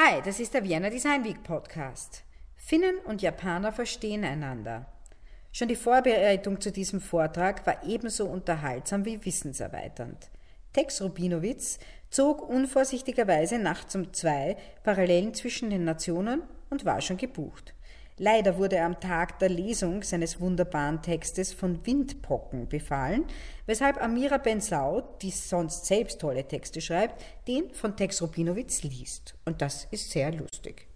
Hi, das ist der Vienna Design Week Podcast. Finnen und Japaner verstehen einander. Schon die Vorbereitung zu diesem Vortrag war ebenso unterhaltsam wie wissenserweiternd. Tex Rubinowitz zog unvorsichtigerweise nachts um 2 Parallelen zwischen den Nationen und war schon gebucht. Leider wurde er am Tag der Lesung seines wunderbaren Textes von Windpocken befallen, weshalb Amira Ben-Saud, die sonst selbst tolle Texte schreibt, den von Tex Rubinowitz liest. Und das ist sehr lustig.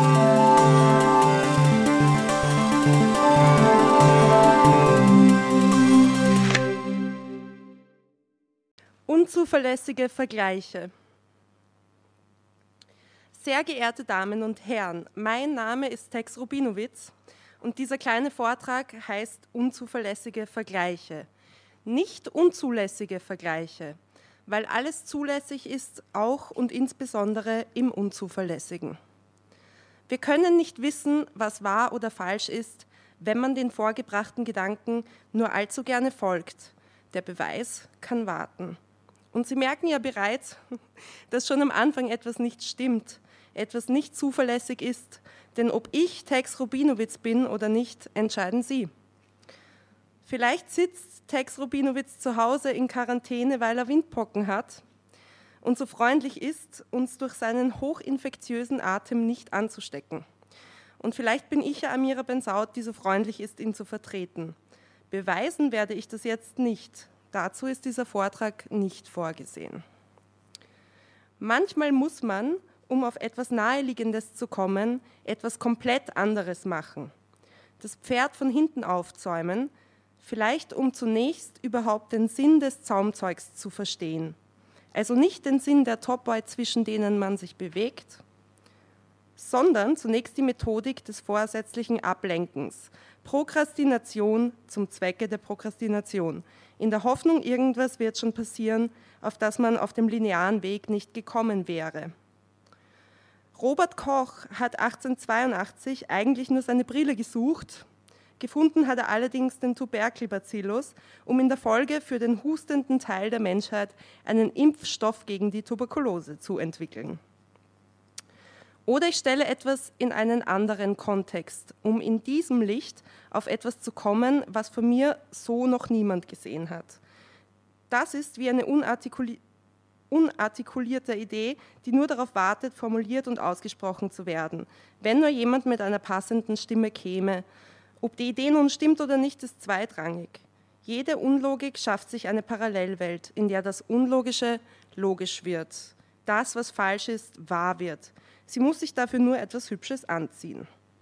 Unzuverlässige Vergleiche. Sehr geehrte Damen und Herren, mein Name ist Tex Rubinowitz und dieser kleine Vortrag heißt Unzuverlässige Vergleiche. Nicht unzulässige Vergleiche, weil alles zulässig ist, auch und insbesondere im Unzuverlässigen. Wir können nicht wissen, was wahr oder falsch ist, wenn man den vorgebrachten Gedanken nur allzu gerne folgt. Der Beweis kann warten. Und Sie merken ja bereits, dass schon am Anfang etwas nicht stimmt, etwas nicht zuverlässig ist, denn ob ich Tex Rubinowitz bin oder nicht, entscheiden Sie. Vielleicht sitzt Tex Rubinowitz zu Hause in Quarantäne, weil er Windpocken hat und so freundlich ist, uns durch seinen hochinfektiösen Atem nicht anzustecken. Und vielleicht bin ich ja Amira Ben-Saud, die so freundlich ist, ihn zu vertreten. Beweisen werde ich das jetzt nicht. Dazu ist dieser Vortrag nicht vorgesehen. Manchmal muss man, um auf etwas Naheliegendes zu kommen, etwas komplett anderes machen. Das Pferd von hinten aufzäumen, vielleicht um zunächst überhaupt den Sinn des Zaumzeugs zu verstehen. Also nicht den Sinn der Topoi, zwischen denen man sich bewegt, sondern zunächst die Methodik des vorsätzlichen Ablenkens. Prokrastination zum Zwecke der Prokrastination. In der Hoffnung, irgendwas wird schon passieren, auf das man auf dem linearen Weg nicht gekommen wäre. Robert Koch hat 1882 eigentlich nur seine Brille gesucht. Gefunden hat er allerdings den Tuberkelbacillus, um in der Folge für den hustenden Teil der Menschheit einen Impfstoff gegen die Tuberkulose zu entwickeln. Oder ich stelle etwas in einen anderen Kontext, um in diesem Licht auf etwas zu kommen, was von mir so noch niemand gesehen hat. Das ist wie eine unartikulierte Idee, die nur darauf wartet, formuliert und ausgesprochen zu werden. Wenn nur jemand mit einer passenden Stimme käme. Ob die Idee nun stimmt oder nicht, ist zweitrangig. Jede Unlogik schafft sich eine Parallelwelt, in der das Unlogische logisch wird. Das, was falsch ist, wahr wird. Sie muss sich dafür nur etwas Hübsches anziehen.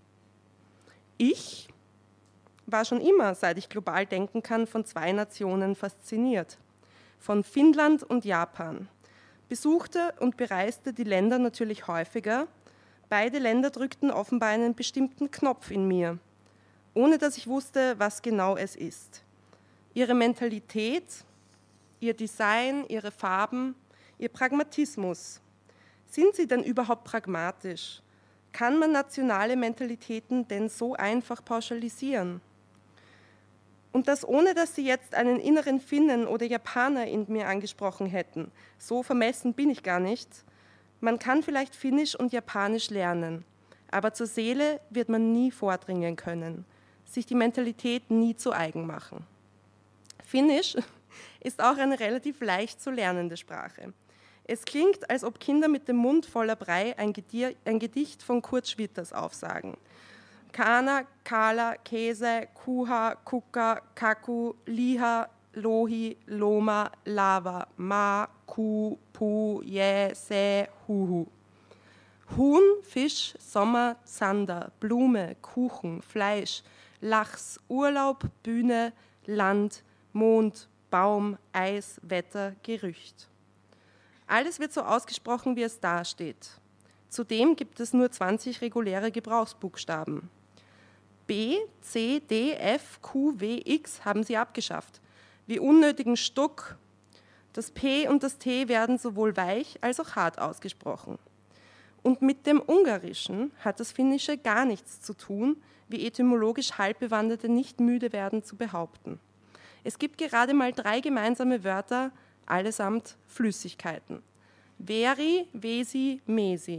Ich war schon immer, seit ich global denken kann, von 2 Nationen fasziniert. Von Finnland und Japan. Besuchte und bereiste die Länder natürlich häufiger. Beide Länder drückten offenbar einen bestimmten Knopf in mir, ohne dass ich wusste, was genau es ist. Ihre Mentalität, ihr Design, ihre Farben, ihr Pragmatismus. Sind sie denn überhaupt pragmatisch? Kann man nationale Mentalitäten denn so einfach pauschalisieren? Und das ohne, dass Sie jetzt einen inneren Finnen oder Japaner in mir angesprochen hätten. So vermessen bin ich gar nicht. Man kann vielleicht Finnisch und Japanisch lernen, aber zur Seele wird man nie vordringen können, sich die Mentalität nie zu eigen machen. Finnisch ist auch eine relativ leicht zu lernende Sprache. Es klingt, als ob Kinder mit dem Mund voller Brei ein Gedicht von Kurt Schwitters aufsagen. Kana, Kala, Käse, Kuha, Kuka, Kaku, Liha, Lohi, Loma, Lava, Ma, Ku, Pu, Je, Se, Huhu. Huhn, Fisch, Sommer, Zander, Blume, Kuchen, Fleisch, Lachs, Urlaub, Bühne, Land, Mond, Baum, Eis, Wetter, Gerücht. Alles wird so ausgesprochen, wie es dasteht. Zudem gibt es nur 20 reguläre Gebrauchsbuchstaben. B, C, D, F, Q, W, X haben sie abgeschafft. Wie unnötigen Stuck. Das P und das T werden sowohl weich als auch hart ausgesprochen. Und mit dem Ungarischen hat das Finnische gar nichts zu tun, wie etymologisch Halbbewanderte nicht müde werden zu behaupten. Es gibt gerade mal 3 gemeinsame Wörter, allesamt Flüssigkeiten. Veri, Vesi, Mesi.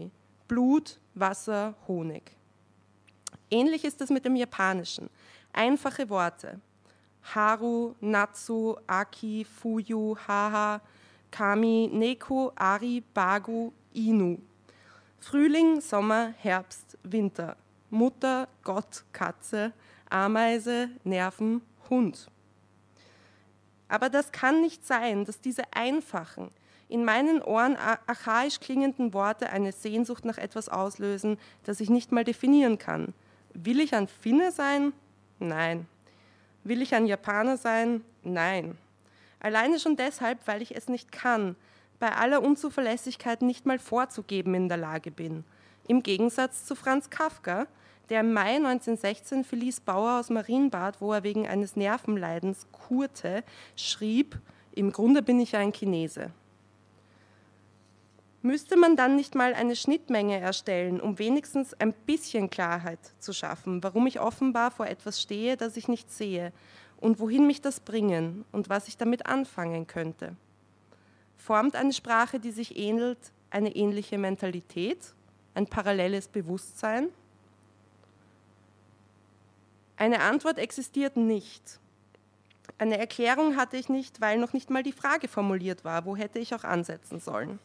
Blut, Wasser, Honig. Ähnlich ist es mit dem Japanischen. Einfache Worte. Haru, Natsu, Aki, Fuyu, Haha, Kami, Neko, Ari, Bagu, Inu. Frühling, Sommer, Herbst, Winter. Mutter, Gott, Katze, Ameise, Nerven, Hund. Aber das kann nicht sein, dass diese einfachen, in meinen Ohren archaisch klingenden Worte eine Sehnsucht nach etwas auslösen, das ich nicht mal definieren kann. Will ich ein Finne sein? Nein. Will ich ein Japaner sein? Nein. Alleine schon deshalb, weil ich es nicht kann, bei aller Unzuverlässigkeit nicht mal vorzugeben in der Lage bin. Im Gegensatz zu Franz Kafka, der im Mai 1916 Felice Bauer aus Marienbad, wo er wegen eines Nervenleidens kurte, schrieb, im Grunde bin ich ein Chinese. Müsste man dann nicht mal eine Schnittmenge erstellen, um wenigstens ein bisschen Klarheit zu schaffen, warum ich offenbar vor etwas stehe, das ich nicht sehe und wohin mich das bringen und was ich damit anfangen könnte? Formt eine Sprache, die sich ähnelt, eine ähnliche Mentalität, ein paralleles Bewusstsein? Eine Antwort existiert nicht. Eine Erklärung hatte ich nicht, weil noch nicht mal die Frage formuliert war, wo hätte ich auch ansetzen sollen.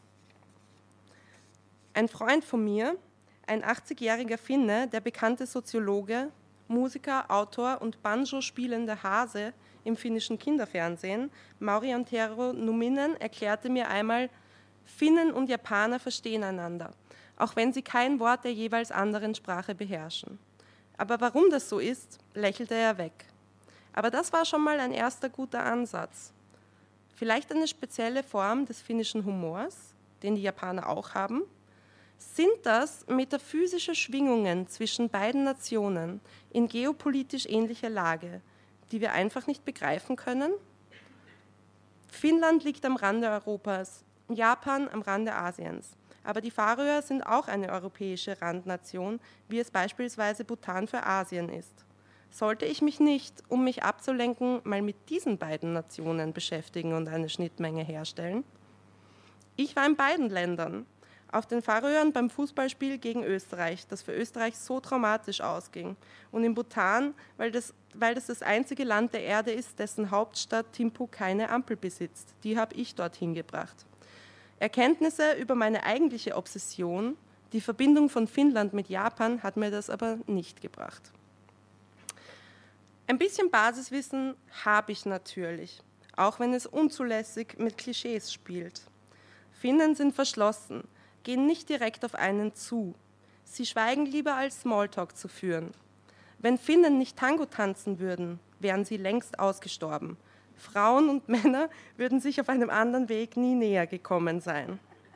Ein Freund von mir, ein 80-jähriger Finne, der bekannte Soziologe, Musiker, Autor und Banjo spielende Hase im finnischen Kinderfernsehen, Mauri Antero Numinen, erklärte mir einmal, Finnen und Japaner verstehen einander, auch wenn sie kein Wort der jeweils anderen Sprache beherrschen. Aber warum das so ist, lächelte er weg. Aber das war schon mal ein erster guter Ansatz. Vielleicht eine spezielle Form des finnischen Humors, den die Japaner auch haben? Sind das metaphysische Schwingungen zwischen beiden Nationen in geopolitisch ähnlicher Lage, die wir einfach nicht begreifen können? Finnland liegt am Rande Europas, Japan am Rande Asiens. Aber die Färöer sind auch eine europäische Randnation, wie es beispielsweise Bhutan für Asien ist. Sollte ich mich nicht, um mich abzulenken, mal mit diesen beiden Nationen beschäftigen und eine Schnittmenge herstellen? Ich war in beiden Ländern. Auf den Färöern beim Fußballspiel gegen Österreich, das für Österreich so traumatisch ausging. Und in Bhutan, weil das das einzige Land der Erde ist, dessen Hauptstadt Thimphu keine Ampel besitzt. Die habe ich dorthin gebracht. Erkenntnisse über meine eigentliche Obsession, die Verbindung von Finnland mit Japan, hat mir das aber nicht gebracht. Ein bisschen Basiswissen habe ich natürlich, auch wenn es unzulässig mit Klischees spielt. Finnen sind verschlossen, gehen nicht direkt auf einen zu. Sie schweigen lieber, als Smalltalk zu führen. Wenn Finnen nicht Tango tanzen würden, wären sie längst ausgestorben. Frauen und Männer würden sich auf einem anderen Weg nie näher gekommen sein.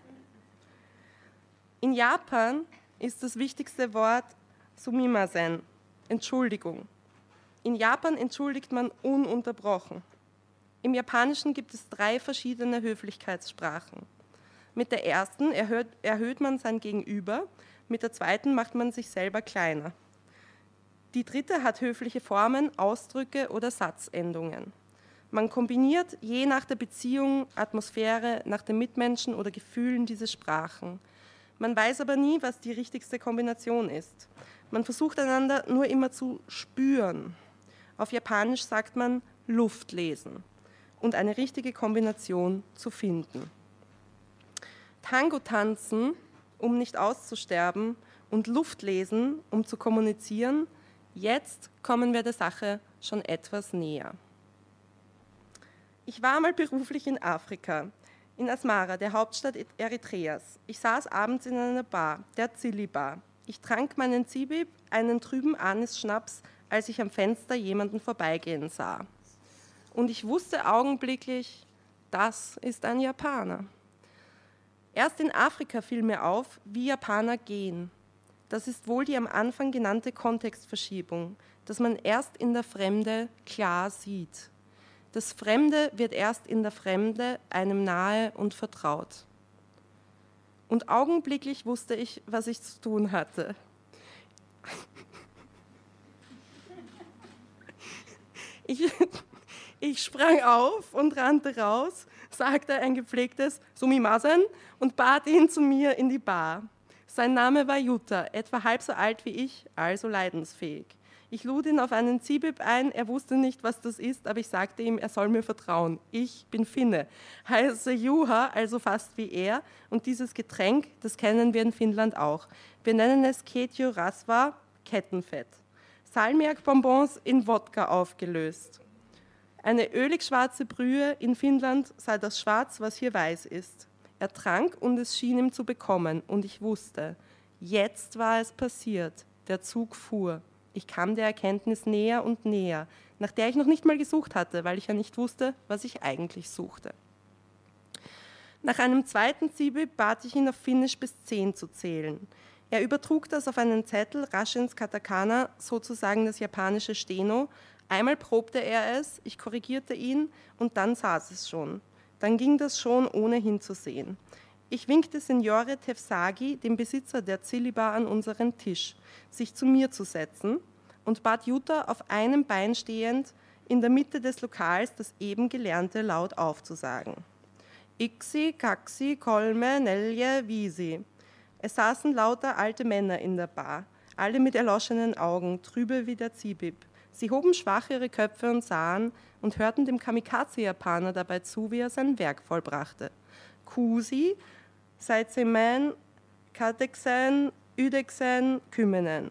In Japan ist das wichtigste Wort Sumimasen, Entschuldigung. In Japan entschuldigt man ununterbrochen. Im Japanischen gibt es 3 verschiedene Höflichkeitssprachen. Mit der ersten erhöht man sein Gegenüber, mit der zweiten macht man sich selber kleiner. Die dritte hat höfliche Formen, Ausdrücke oder Satzendungen. Man kombiniert je nach der Beziehung, Atmosphäre, nach den Mitmenschen oder Gefühlen diese Sprachen. Man weiß aber nie, was die richtigste Kombination ist. Man versucht einander nur immer zu spüren. Auf Japanisch sagt man Luft lesen und eine richtige Kombination zu finden. Tango tanzen, um nicht auszusterben, und Luft lesen, um zu kommunizieren, jetzt kommen wir der Sache schon etwas näher. Ich war mal beruflich in Afrika, in Asmara, der Hauptstadt Eritreas. Ich saß abends in einer Bar, der Zili Bar. Ich trank meinen Zibib, einen trüben Anis-Schnaps, als ich am Fenster jemanden vorbeigehen sah. Und ich wusste augenblicklich, das ist ein Japaner. Erst in Afrika fiel mir auf, wie Japaner gehen. Das ist wohl die am Anfang genannte Kontextverschiebung, dass man erst in der Fremde klar sieht. Das Fremde wird erst in der Fremde einem nahe und vertraut. Und augenblicklich wusste ich, was ich zu tun hatte. Ich sprang auf und rannte raus, sagte ein gepflegtes Sumimasen und bat ihn zu mir in die Bar. Sein Name war Jutta, etwa halb so alt wie ich, also leidensfähig. Ich lud ihn auf einen Ziebib ein, er wusste nicht, was das ist, aber ich sagte ihm, er soll mir vertrauen. Ich bin Finne, heiße Juha, also fast wie er, und dieses Getränk, das kennen wir in Finnland auch. Wir nennen es Ketju Rasva, Kettenfett. Salmiakbonbons in Wodka aufgelöst. Eine ölig schwarze Brühe in Finnland sei das Schwarz, was hier weiß ist. Er trank und es schien ihm zu bekommen und ich wusste, jetzt war es passiert, der Zug fuhr. Ich kam der Erkenntnis näher und näher, nach der ich noch nicht mal gesucht hatte, weil ich ja nicht wusste, was ich eigentlich suchte. Nach einem zweiten Ziebib bat ich ihn auf Finnisch bis 10 zu zählen. Er übertrug das auf einen Zettel, rasch ins Katakana, sozusagen das japanische Steno. Einmal probte er es, ich korrigierte ihn und dann saß es schon. Dann ging das schon, ohne hinzusehen. Ich winkte Signore Tefsagi, dem Besitzer der Zillibar, an unseren Tisch, sich zu mir zu setzen und bat Jutta, auf einem Bein stehend, in der Mitte des Lokals das eben Gelernte laut aufzusagen. Iksi, Kaksi, Kolme, Nelje, Visi. Es saßen lauter alte Männer in der Bar, alle mit erloschenen Augen, trübe wie der Ziebib. Sie hoben schwach ihre Köpfe und sahen und hörten dem Kamikaze-Japaner dabei zu, wie er sein Werk vollbrachte. Kusi, Saitsemen, Kateksen, Üdeksen, Kymmenen.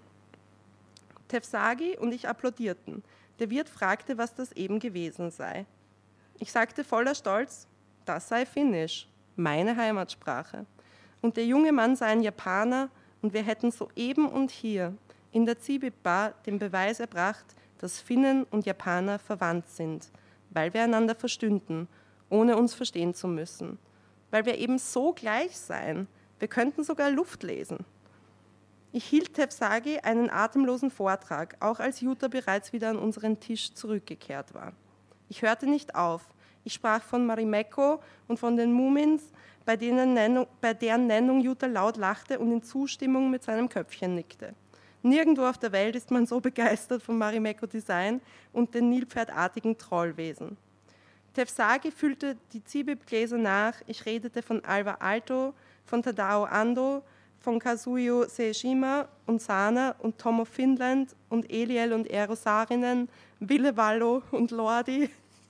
Tefsagi und ich applaudierten. Der Wirt fragte, was das eben gewesen sei. Ich sagte voller Stolz, das sei Finnisch, meine Heimatsprache. Und der junge Mann sei ein Japaner und wir hätten soeben und hier in der Ziebib-Bar den Beweis erbracht, dass Finnen und Japaner verwandt sind, weil wir einander verstünden, ohne uns verstehen zu müssen. Weil wir eben so gleich seien. Wir könnten sogar Luft lesen. Ich hielt Tefsagi einen atemlosen Vortrag, auch als Jutta bereits wieder an unseren Tisch zurückgekehrt war. Ich hörte nicht auf. Ich sprach von Marimekko und von den Mumins, bei deren Nennung Jutta laut lachte und in Zustimmung mit seinem Köpfchen nickte. Nirgendwo auf der Welt ist man so begeistert vom Marimekko-Design und den nilpferdartigen Trollwesen. Tefsagi füllte die Ziebib-Gläser nach, ich redete von Alvar Aalto, von Tadao Ando, von Kazuyo Seishima und Sana und Tom of Finland und Eliel und Eero Saarinen, Ville Vallo und Lordi,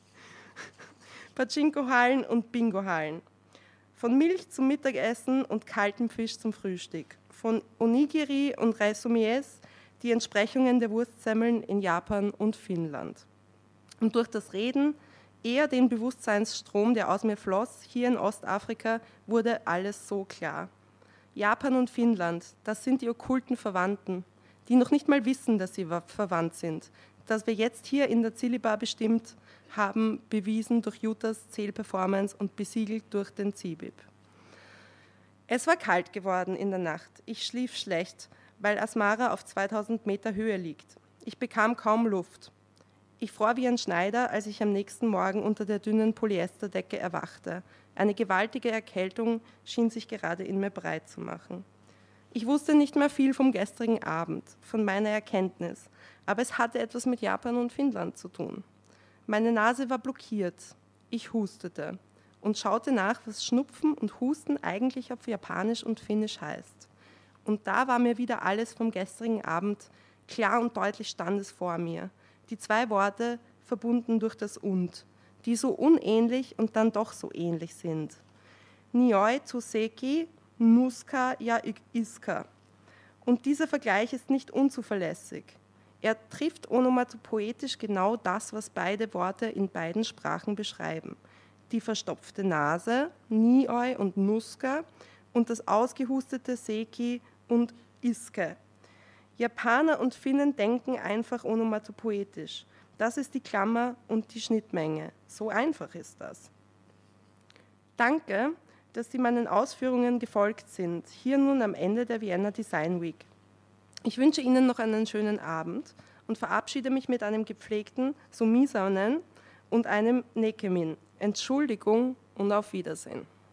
Pachinko-Hallen und Bingo-Hallen. Von Milch zum Mittagessen und kaltem Fisch zum Frühstück. Von Onigiri und Reisumies, die Entsprechungen der Wurstsemmeln in Japan und Finnland. Und durch das Reden, eher den Bewusstseinsstrom, der aus mir floss, hier in Ostafrika, wurde alles so klar. Japan und Finnland, das sind die okkulten Verwandten, die noch nicht mal wissen, dass sie verwandt sind. Dass wir jetzt hier in der Zillibar bestimmt haben, bewiesen durch Juttas Zählperformance und besiegelt durch den Ziebib. Es war kalt geworden in der Nacht. Ich schlief schlecht, weil Asmara auf 2000 Meter Höhe liegt. Ich bekam kaum Luft. Ich fror wie ein Schneider, als ich am nächsten Morgen unter der dünnen Polyesterdecke erwachte. Eine gewaltige Erkältung schien sich gerade in mir breit zu machen. Ich wusste nicht mehr viel vom gestrigen Abend, von meiner Erkenntnis, aber es hatte etwas mit Japan und Finnland zu tun. Meine Nase war blockiert. Ich hustete und schaute nach, was Schnupfen und Husten eigentlich auf Japanisch und Finnisch heißt. Und da war mir wieder alles vom gestrigen Abend, klar und deutlich stand es vor mir. Die zwei Worte, verbunden durch das Und, die so unähnlich und dann doch so ähnlich sind. Nioi Tsuseki, Nuska ja Iska. Und dieser Vergleich ist nicht unzuverlässig. Er trifft onomatopoetisch genau das, was beide Worte in beiden Sprachen beschreiben. Die verstopfte Nase, Nioi und Nuska, und das ausgehustete Seki und Iske. Japaner und Finnen denken einfach onomatopoetisch. Das ist die Klammer und die Schnittmenge. So einfach ist das. Danke, dass Sie meinen Ausführungen gefolgt sind, hier nun am Ende der Vienna Design Week. Ich wünsche Ihnen noch einen schönen Abend und verabschiede mich mit einem gepflegten Sumisanen und einem Nekemin. Entschuldigung und auf Wiedersehen.